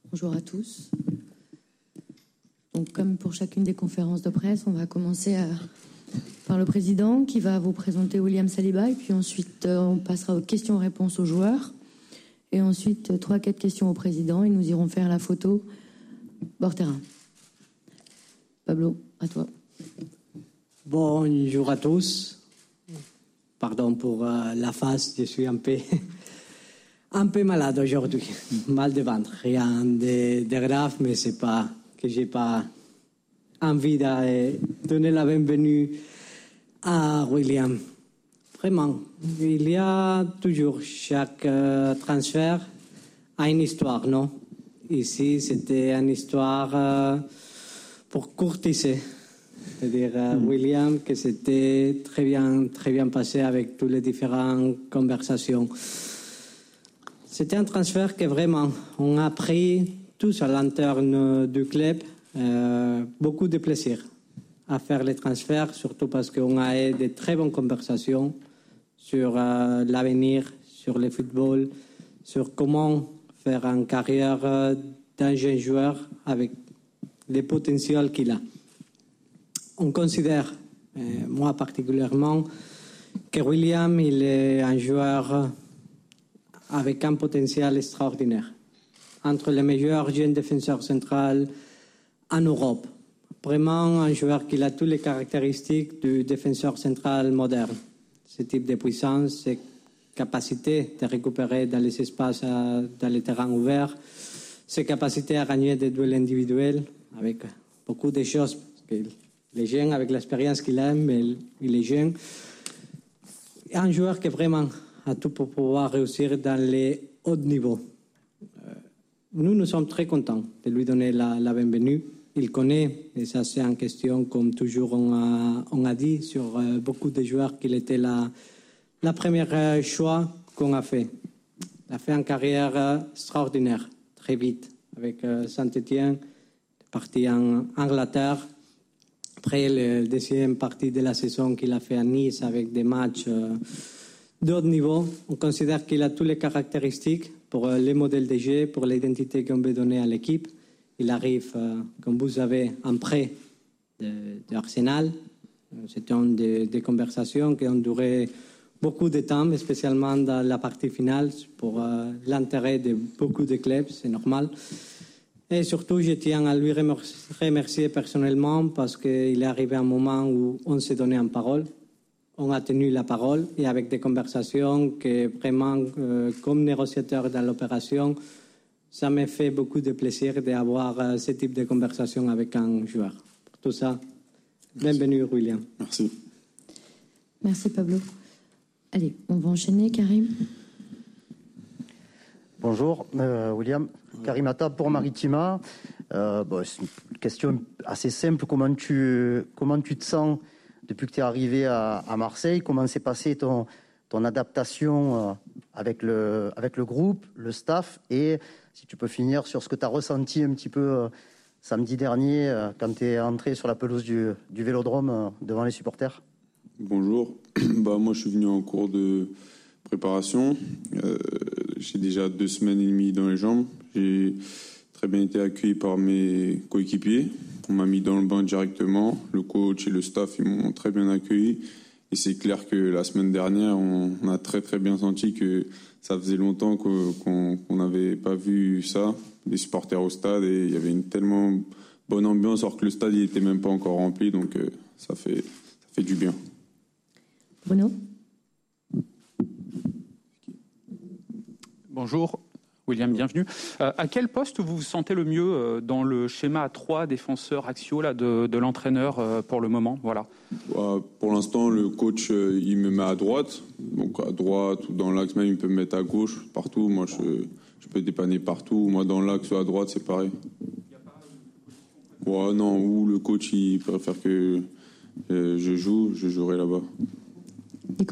Bonjour à tous. Donc, comme pour chacune des conférences de presse, on va commencer par le président qui va vous présenter William Saliba, et puis ensuite on passera aux questions-réponses aux joueurs, et ensuite 3-4 questions au président, et nous irons faire la photo bord terrain. Pablo, à toi. Bonjour à tous. Pardon pour la face, je suis un peu malade aujourd'hui. Mal de ventre. Rien de grave, mais c'est pas que j'ai pas envie de donner la bienvenue à William. Vraiment, il y a toujours chaque transfert a une histoire, non? Ici, c'était une histoire pour courtiser. C'est-à-dire William, que c'était très bien passé avec toutes les différentes conversations. C'était un transfert que vraiment, on a pris tous à l'interne du club beaucoup de plaisir à faire les transferts, surtout parce qu'on a eu de très bonnes conversations sur l'avenir, sur le football, sur comment faire une carrière d'un jeune joueur avec le potentiel qu'il a. On considère, moi particulièrement, que William il est un joueur avec un potentiel extraordinaire. Entre les meilleurs jeunes défenseurs centraux en Europe. Vraiment un joueur qui a toutes les caractéristiques du défenseur central moderne. Ce type de puissance, cette capacité de récupérer dans les espaces, dans les terrains ouverts, cette capacité à gagner des duels individuels avec beaucoup de choses. Parce que les jeunes, avec l'expérience qu'il a, mais il est jeune. Un joueur qui vraiment a tout pour pouvoir réussir dans les hauts niveaux. Nous sommes très contents de lui donner la bienvenue. Il connaît, et ça c'est une question, comme toujours on a dit, sur beaucoup de joueurs qu'il était la première choix qu'on a fait. Il a fait une carrière extraordinaire, très vite, avec Saint-Étienne, parti en Angleterre. Après, la deuxième partie de la saison qu'il a fait à Nice avec des matchs de haut niveau, on considère qu'il a toutes les caractéristiques pour les modèles de jeu, pour l'identité qu'on veut donner à l'équipe. Il arrive, comme vous savez, en prêt d'Arsenal. C'était des conversations qui ont duré beaucoup de temps, spécialement dans la partie finale, pour l'intérêt de beaucoup de clubs, c'est normal. Et surtout, je tiens à lui remercier personnellement parce qu'il est arrivé un moment où on s'est donné une parole. On a tenu la parole et avec des conversations que vraiment, comme négociateur dans l'opération, ça m'a fait beaucoup de plaisir d'avoir ce type de conversation avec un joueur. Pour tout ça, bienvenue William. Merci. Merci Pablo. Allez, on va enchaîner, Karim. Bonjour, William. Karim Atta pour Maritima. C'est une question assez simple. Comment tu te sens depuis que tu es arrivé à Marseille? Comment s'est passée ton adaptation avec le groupe, le staff? Et si tu peux finir sur ce que tu as ressenti un petit peu samedi dernier quand tu es entré sur la pelouse du Vélodrome devant les supporters. Bonjour. Moi, je suis venu en cours de préparation. J'ai déjà 2 semaines et demie dans les jambes. J'ai très bien été accueilli par mes coéquipiers. On m'a mis dans le bain directement. Le coach et le staff, ils m'ont très bien accueilli. Et c'est clair que la semaine dernière, on a très très bien senti que ça faisait longtemps qu'on n'avait pas vu ça. Des supporters au stade, et il y avait une tellement bonne ambiance, alors que le stade n'était même pas encore rempli. Donc ça fait du bien. Bruno ? Bonjour, William, bienvenue. À quel poste vous vous sentez le mieux dans le schéma à 3 défenseurs axiaux là, de l'entraîneur pour le moment? Voilà. Pour l'instant, le coach il me met à droite. Donc à droite ou dans l'axe même, il peut me mettre à gauche, partout. Moi, je peux dépanner partout. Moi, dans l'axe ou à droite, c'est pareil. Non, ou le coach il préfère que je jouerai là-bas. Nico ?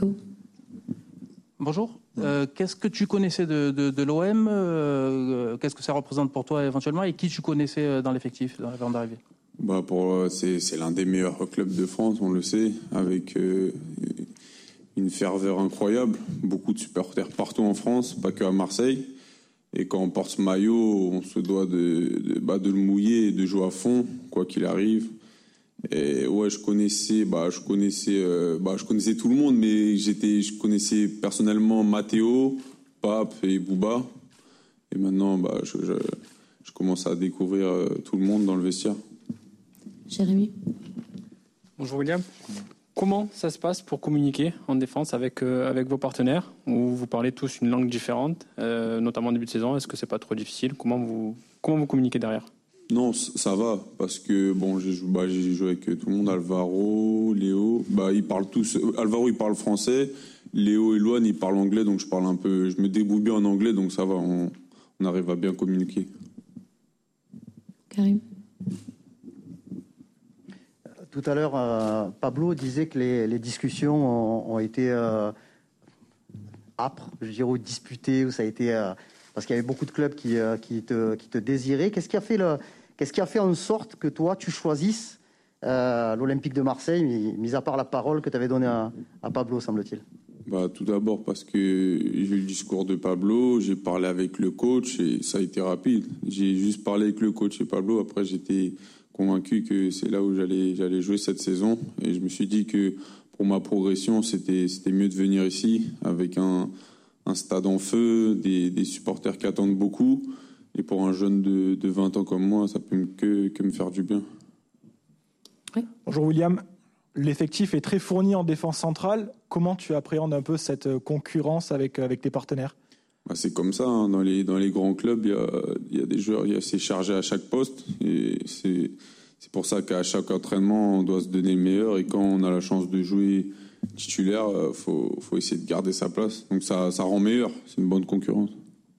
Bonjour. Qu'est-ce que tu connaissais de l'OM? Qu'est-ce que ça représente pour toi éventuellement? Et qui tu connaissais dans l'effectif avant d'arriver? C'est l'un des meilleurs clubs de France, on le sait, avec une ferveur incroyable. Beaucoup de supporters partout en France, pas que à Marseille. Et quand on porte ce maillot, on se doit de le mouiller et de jouer à fond, quoi qu'il arrive. Et ouais, je connaissais tout le monde, mais je connaissais personnellement Matteo, Pape et Bouba. Et maintenant, je commence à découvrir tout le monde dans le vestiaire. Jérémy. Bonjour William. Comment ça se passe pour communiquer en défense avec vos partenaires, où vous parlez tous une langue différente, notamment en début de saison? Est-ce que c'est pas trop difficile? Comment vous communiquez derrière? Non, ça va, parce que j'ai joué avec tout le monde, Alvaro, Léo, ils parlent tous. Alvaro, il parle français, Léo et Luan, ils parlent anglais, donc je me débrouille bien en anglais, donc ça va, on arrive à bien communiquer. Karim. Tout à l'heure, Pablo disait que les discussions ont été âpres, je dirais, ou disputées, où ça a été parce qu'il y avait beaucoup de clubs qui te désiraient. Qu'est-ce qui a fait en sorte que toi tu choisisses l'Olympique de Marseille, mis à part la parole que tu avais donnée à Pablo, semble-t-il? Tout d'abord parce que j'ai eu le discours de Pablo, j'ai parlé avec le coach et ça a été rapide. J'ai juste parlé avec le coach et Pablo. Après, j'étais convaincu que c'est là où j'allais jouer cette saison. Et je me suis dit que pour ma progression, c'était mieux de venir ici avec un stade en feu, des supporters qui attendent beaucoup. Et pour un jeune de 20 ans comme moi, ça peut que me faire du bien. Oui. Bonjour William. L'effectif est très fourni en défense centrale. Comment tu appréhendes un peu cette concurrence avec tes partenaires? C'est comme ça, hein. Dans les grands clubs, il y a des joueurs, c'est chargé à chaque poste. Et c'est pour ça qu'à chaque entraînement, on doit se donner le meilleur. Et quand on a la chance de jouer titulaire, faut essayer de garder sa place. Donc ça rend meilleur. C'est une bonne concurrence.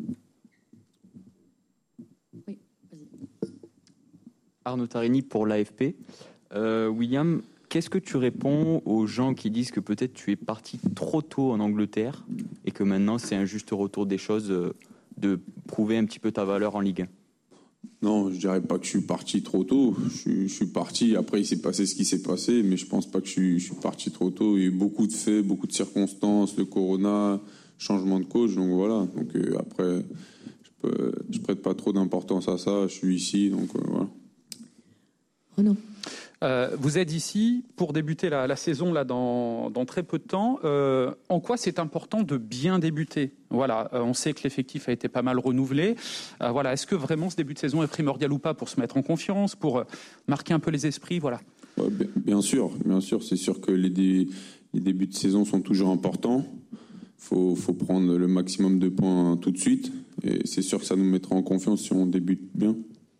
Oui, vas-y. Arnaud Tarini pour l'AFP. William, qu'est-ce que tu réponds aux gens qui disent que peut-être tu es parti trop tôt en Angleterre et que maintenant c'est un juste retour des choses de prouver un petit peu ta valeur en Ligue 1? Non, je dirais pas que je suis parti trop tôt. Je suis parti, après il s'est passé ce qui s'est passé, mais je pense pas que je suis parti trop tôt. Il y a eu beaucoup de faits, beaucoup de circonstances, le corona, changement de coach, donc voilà. Donc après, je prête pas trop d'importance à ça, je suis ici, donc voilà. Renaud. Vous êtes ici pour débuter la saison là dans très peu de temps. En quoi c'est important de bien débuter? Voilà, on sait que l'effectif a été pas mal renouvelé. Voilà, est-ce que vraiment ce début de saison est primordial ou pas pour se mettre en confiance, pour marquer un peu les esprits? Voilà. Ouais, bien sûr, c'est sûr que les débuts de saison sont toujours importants. Faut prendre le maximum de points tout de suite, et c'est sûr que ça nous mettra en confiance si on débute bien.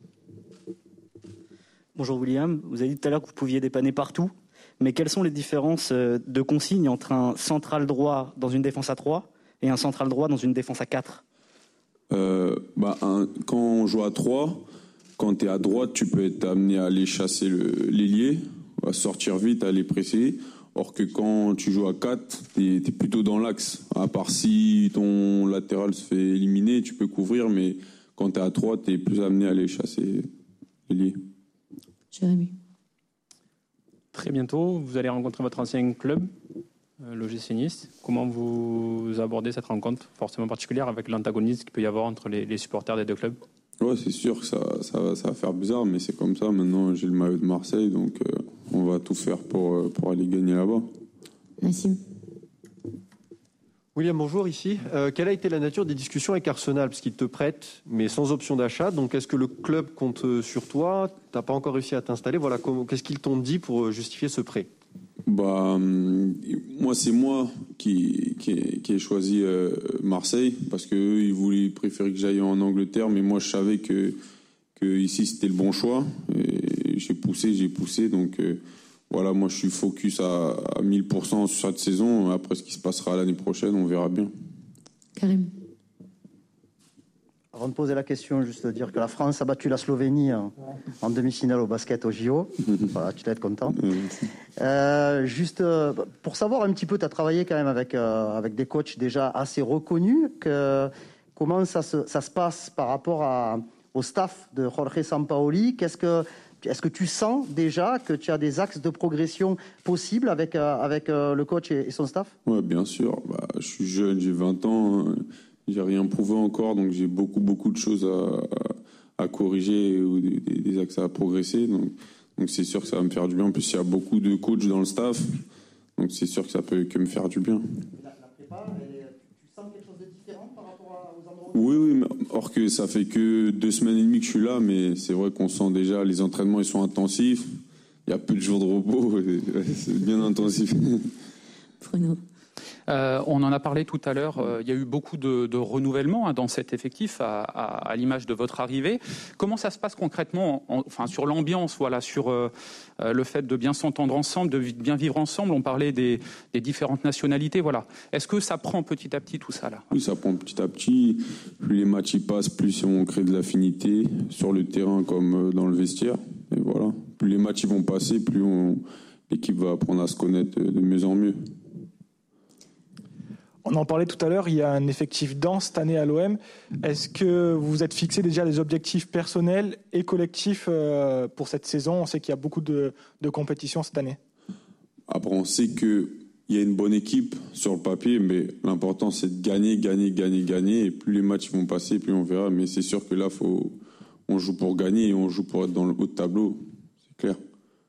Bonjour William, vous avez dit tout à l'heure que vous pouviez dépanner partout, mais quelles sont les différences de consignes entre un central droit dans une défense à 3 et un central droit dans une défense à 4? Quand on joue à 3, quand tu es à droite, tu peux être amené à aller chasser l'ailier, à sortir vite, à aller presser. Or que quand tu joues à 4, tu es plutôt dans l'axe. À part si ton latéral se fait éliminer, tu peux couvrir, mais quand tu es à 3, tu es plus amené à aller chasser l'ailier. Jérémy. Très bientôt, vous allez rencontrer votre ancien club, l'OGC Nice. Comment vous abordez cette rencontre forcément particulière avec l'antagonisme qu'il peut y avoir entre les supporters des deux clubs? Ouais, c'est sûr que ça va faire bizarre, mais c'est comme ça. Maintenant, j'ai le maillot de Marseille, donc on va tout faire pour aller gagner là-bas. Nassim. William, bonjour, ici. Quelle a été la nature des discussions avec Arsenal? Parce qu'ils te prêtent, mais sans option d'achat. Donc, est-ce que le club compte sur toi? Tu n'as pas encore réussi à t'installer. Voilà, qu'est-ce qu'ils t'ont dit pour justifier ce prêt? Moi, c'est moi qui ai choisi Marseille, parce qu'eux, ils préféraient que j'aille en Angleterre, mais moi, je savais que ici, c'était le bon choix. Et j'ai poussé, donc... Voilà, moi je suis focus à 1000% sur cette saison. Après ce qui se passera l'année prochaine, on verra bien. Karim. Avant de poser la question, juste dire que la France a battu la Slovénie en demi-finale au basket au JO. Voilà, tu dois être content. Juste pour savoir un petit peu, tu as travaillé quand même avec des coachs déjà assez reconnus. Comment ça se passe par rapport au staff de Jorge Sampaoli? Est-ce que tu sens déjà que tu as des axes de progression possibles avec le coach et son staff? Oui, bien sûr. Je suis jeune, j'ai 20 ans. J'ai rien prouvé encore, donc j'ai beaucoup de choses à corriger ou des axes à progresser. Donc c'est sûr que ça va me faire du bien. En plus, il y a beaucoup de coachs dans le staff, donc c'est sûr que ça peut que me faire du bien. La prépa, tu sens quelque chose de différent par rapport aux endroits? Oui, mais or que ça fait que 2 semaines et demie que je suis là, mais c'est vrai qu'on sent déjà les entraînements, ils sont intensifs. Il y a peu de jours de repos, c'est bien intensif. Bruno. On en a parlé tout à l'heure, il y a eu beaucoup de renouvellement dans cet effectif à l'image de votre arrivée. Comment ça se passe concrètement, sur l'ambiance, voilà, sur le fait de bien s'entendre ensemble, de bien vivre ensemble? On parlait des différentes nationalités, voilà. Est-ce que ça prend petit à petit tout ça là? Oui, ça prend petit à petit. Plus les matchs y passent, plus on crée de l'affinité sur le terrain comme dans le vestiaire. Et voilà. Plus les matchs y vont passer, plus l'équipe va apprendre à se connaître de mieux en mieux. On en parlait tout à l'heure, il y a un effectif dense cette année à l'OM. Est-ce que vous vous êtes fixé déjà des objectifs personnels et collectifs pour cette saison? On sait qu'il y a beaucoup de compétitions cette année. Après, on sait qu'il y a une bonne équipe sur le papier, mais l'important c'est de gagner. Et plus les matchs vont passer, plus on verra. Mais c'est sûr que là, on joue pour gagner et on joue pour être dans le haut de tableau. C'est clair.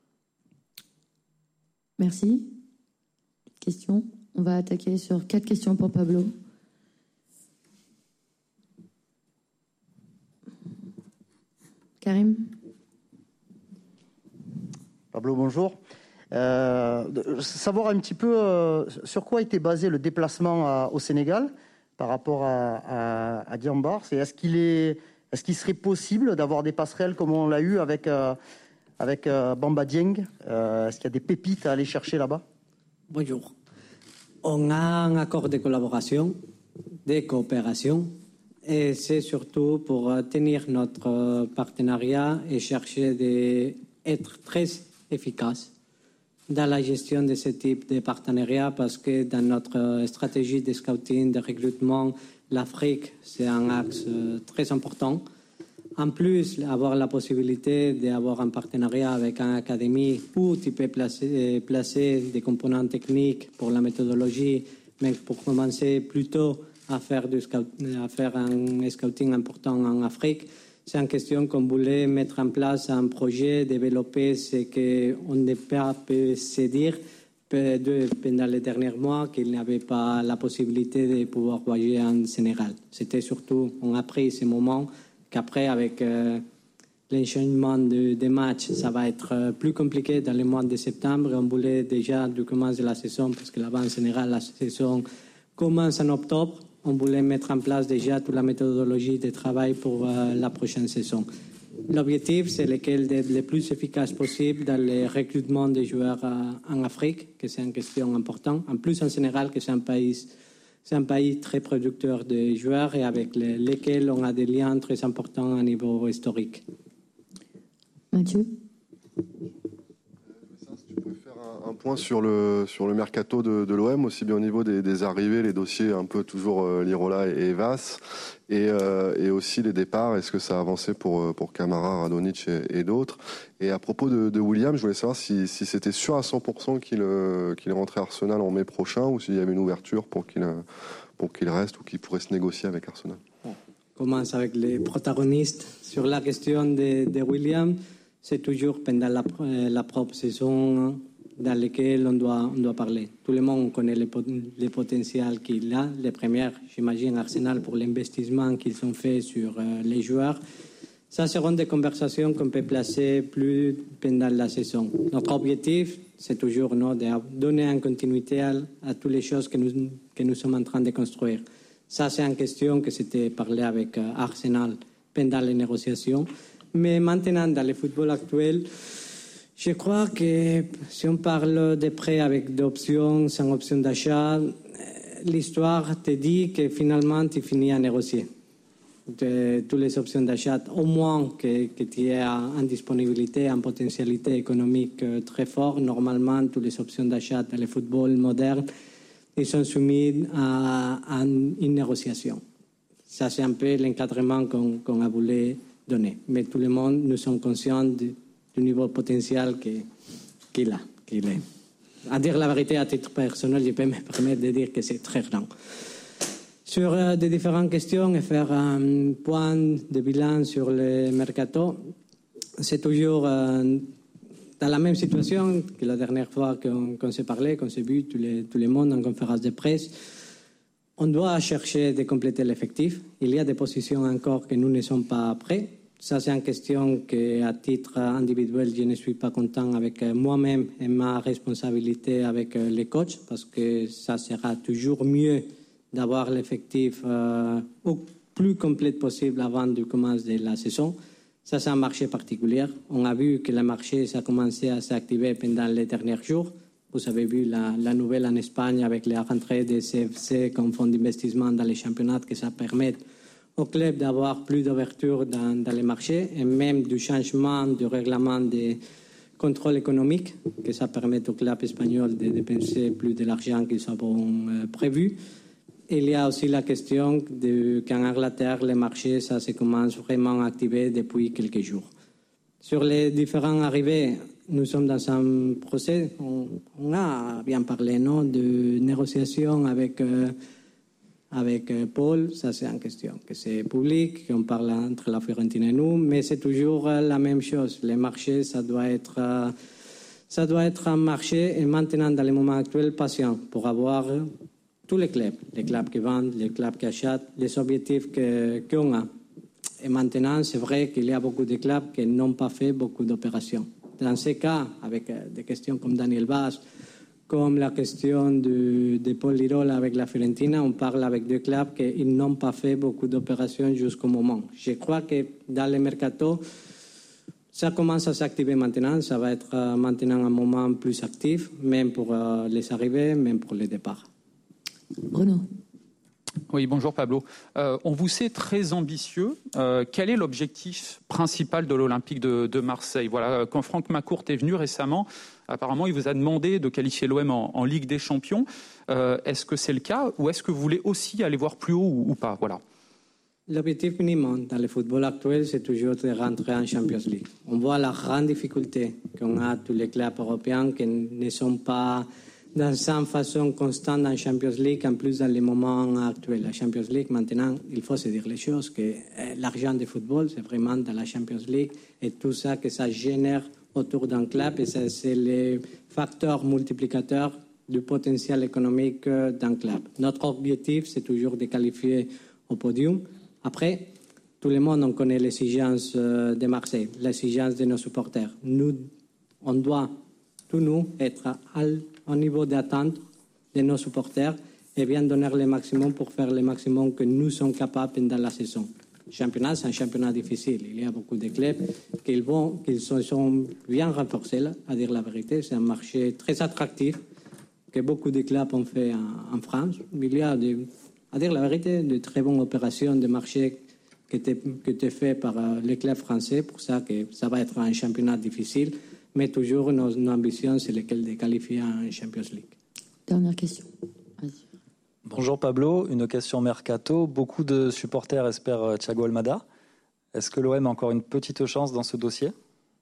Merci. Question? On va attaquer sur 4 questions pour Pablo. Karim? Pablo, bonjour. Savoir un petit peu sur quoi était basé le déplacement au Sénégal par rapport à Diambar. Est-ce qu'il serait possible d'avoir des passerelles comme on l'a eu avec Bamba Dieng? Est-ce qu'il y a des pépites à aller chercher là-bas? Bonjour. On a un accord de collaboration, de coopération, et c'est surtout pour tenir notre partenariat et chercher d'être très efficace dans la gestion de ce type de partenariat, parce que dans notre stratégie de scouting, de recrutement, l'Afrique, c'est un axe très important. En plus, avoir la possibilité d'avoir un partenariat avec une académie où tu peux placer des composants techniques pour la méthodologie, mais pour commencer plutôt à faire un scouting important en Afrique, c'est une question qu'on voulait mettre en place un projet, développer ce qu'on ne peut pas se dire pendant les derniers mois qu'il n'y avait pas la possibilité de pouvoir voyager en Sénégal. C'était surtout, on a pris ce moment qu'après, avec l'enchaînement des matchs, ça va être plus compliqué dans le mois de septembre. On voulait déjà du commencement de la saison, parce que là-bas, en général, la saison commence en octobre. On voulait mettre en place déjà toute la méthodologie de travail pour la prochaine saison. L'objectif, c'est lequel d'être le plus efficace possible dans le recrutement des joueurs en Afrique, que c'est une question importante. En plus, en général, que c'est un pays très producteur de joueurs et avec lesquels on a des liens très importants à niveau historique. Mathieu? Tu peux faire un point sur le mercato de l'OM, aussi bien au niveau des arrivées, les dossiers un peu toujours Lirola et Evas, et aussi les départs. Est-ce que ça a avancé pour Camara, Radonjic et d'autres? Et à propos de William, je voulais savoir si c'était sûr à 100% qu'il rentrait à Arsenal en mai prochain, ou s'il y avait une ouverture pour qu'il reste ou qu'il pourrait se négocier avec Arsenal. On commence avec les protagonistes. Sur la question de William, c'est toujours pendant la propre saison dans laquelle on doit parler. Tout le monde connaît le potentiel qu'il a. Les premières, j'imagine, Arsenal pour l'investissement qu'ils ont fait sur les joueurs. Ça seront des conversations qu'on peut placer plus pendant la saison. Notre objectif, c'est toujours de donner une continuité à toutes les choses que nous sommes en train de construire. Ça, c'est une question que c'était parlé avec Arsenal pendant les négociations. Mais maintenant, dans le football actuel, je crois que si on parle de prêts avec des options, sans option d'achat, l'histoire te dit que finalement, tu finis à négocier toutes les options d'achat, au moins que tu aies en disponibilité, en potentialité économique très fort. Normalement, toutes les options d'achat dans le football moderne, ils sont soumis à une négociation. Ça, c'est un peu l'encadrement qu'on a voulu donner. Mais tout le monde, nous sommes conscients du niveau potentiel qu'il a. À dire la vérité, à titre personnel, je peux me permettre de dire que c'est très grand. Sur des différentes questions et faire un point de bilan sur le mercato, c'est toujours dans la même situation que la dernière fois qu'on s'est parlé, qu'on s'est vu tout le monde en conférence de presse. On doit chercher de compléter l'effectif. Il y a des positions encore que nous ne sommes pas prêts. Ça, c'est une question qu'à titre individuel, je ne suis pas content avec moi-même et ma responsabilité avec les coachs, parce que ça sera toujours mieux d'avoir l'effectif au plus complet possible avant du commence de la saison. Ça, c'est un marché particulier. On a vu que le marché ça a commencé à s'activer pendant les derniers jours. Vous avez vu la nouvelle en Espagne avec la rentrée des CFC comme fonds d'investissement dans les championnats, que ça permet au club d'avoir plus d'ouverture dans les marchés et même du changement du règlement de contrôle économique, que ça permet au club espagnol de dépenser plus de l'argent qu'ils avaient prévu. Il y a aussi la question qu'en Angleterre, les marchés, ça se commence vraiment à activer depuis quelques jours. Sur les différents arrivées, nous sommes dans un procès, on a bien parlé de négociation avec Paul, ça c'est une question que c'est public, qu'on parle entre la Fiorentina et nous, mais c'est toujours la même chose. Les marchés, ça doit être un marché et maintenant, dans le moment actuel, patient pour avoir tous les clubs qui vendent, les clubs qui achètent, les objectifs qu'on a. Et maintenant, c'est vrai qu'il y a beaucoup de clubs qui n'ont pas fait beaucoup d'opérations. Dans ces cas, avec des questions comme Daniel Vaz, comme la question de Paul Lirola avec la Fiorentina, on parle avec deux clubs qui n'ont pas fait beaucoup d'opérations jusqu'au moment. Je crois que dans le mercato, ça commence à s'activer maintenant. Ça va être maintenant un moment plus actif, même pour les arrivées, même pour les départs. Bruno. Oui, bonjour Pablo. On vous sait très ambitieux. Quel est l'objectif principal de l'Olympique de Marseille ? Voilà, quand Franck Macourt est venu récemment, apparemment, il vous a demandé de qualifier l'OM en Ligue des Champions. Est-ce que c'est le cas ou est-ce que vous voulez aussi aller voir plus haut ou pas ? Voilà. L'objectif minimum dans le football actuel, c'est toujours de rentrer en Champions League. On voit la grande difficulté qu'on a tous les clubs européens qui ne sont pas dans une façon constante en Champions League, en plus dans les moments actuels. La Champions League, maintenant, il faut se dire les choses, que l'argent du football, c'est vraiment dans la Champions League et tout ça que ça génère autour d'un club, et ça, c'est les facteurs multiplicateurs du potentiel économique d'un club. Notre objectif, c'est toujours de qualifier au podium. Après, tout le monde on connaît l'exigence de Marseille, l'exigence de nos supporters. Nous, on doit, tous nous, être au niveau d'attente de nos supporters et bien donner le maximum pour faire le maximum que nous sommes capables pendant la saison. Le championnat, c'est un championnat difficile. Il y a beaucoup de clubs qui sont bien renforcés, là, à dire la vérité. C'est un marché très attractif que beaucoup de clubs ont fait en France. Il y a, à dire la vérité, de très bonnes opérations de marché qui étaient faites par les clubs français. Pour ça que ça va être un championnat difficile. Mais toujours, nos ambitions, c'est lesquelles de qualifier en Champions League. Dernière question. Vas-y. Bonjour Pablo, une question mercato. Beaucoup de supporters espèrent Thiago Almada. Est-ce que l'OM a encore une petite chance dans ce dossier ?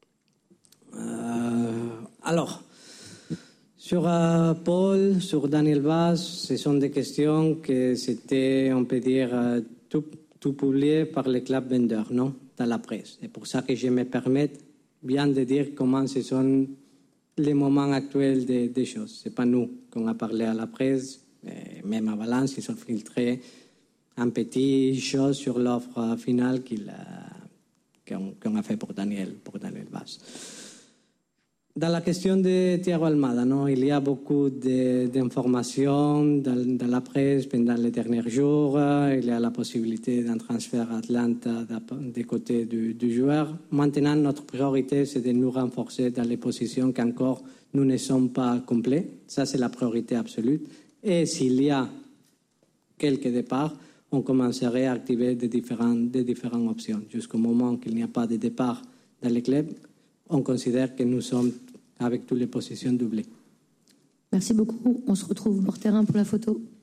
Alors, sur Paul, sur Daniel Vaz, ce sont des questions que c'était, on peut dire, tout publié par les clubs vendeurs, non, dans la presse. C'est pour ça que je me permets bien de dire comment ce sont les moments actuels des choses. Ce n'est pas nous qu'on a parlé à la presse, même à Valence, ils ont filtré un petit chose sur l'offre finale qu'on a fait pour Daniel Vaz. Dans la question de Thiago Almada, non, il y a beaucoup d'informations dans la presse pendant les derniers jours. Il y a la possibilité d'un transfert à Atlanta des côtés du joueur. Maintenant, notre priorité, c'est de nous renforcer dans les positions qu'encore nous ne sommes pas complets. Ça, c'est la priorité absolue. Et s'il y a quelques départs, on commencerait à activer des différentes options. Jusqu'au moment qu'il n'y a pas de départ dans les clubs, on considère que nous sommes avec toutes les positions doublées. Merci beaucoup. On se retrouve hors terrain pour la photo.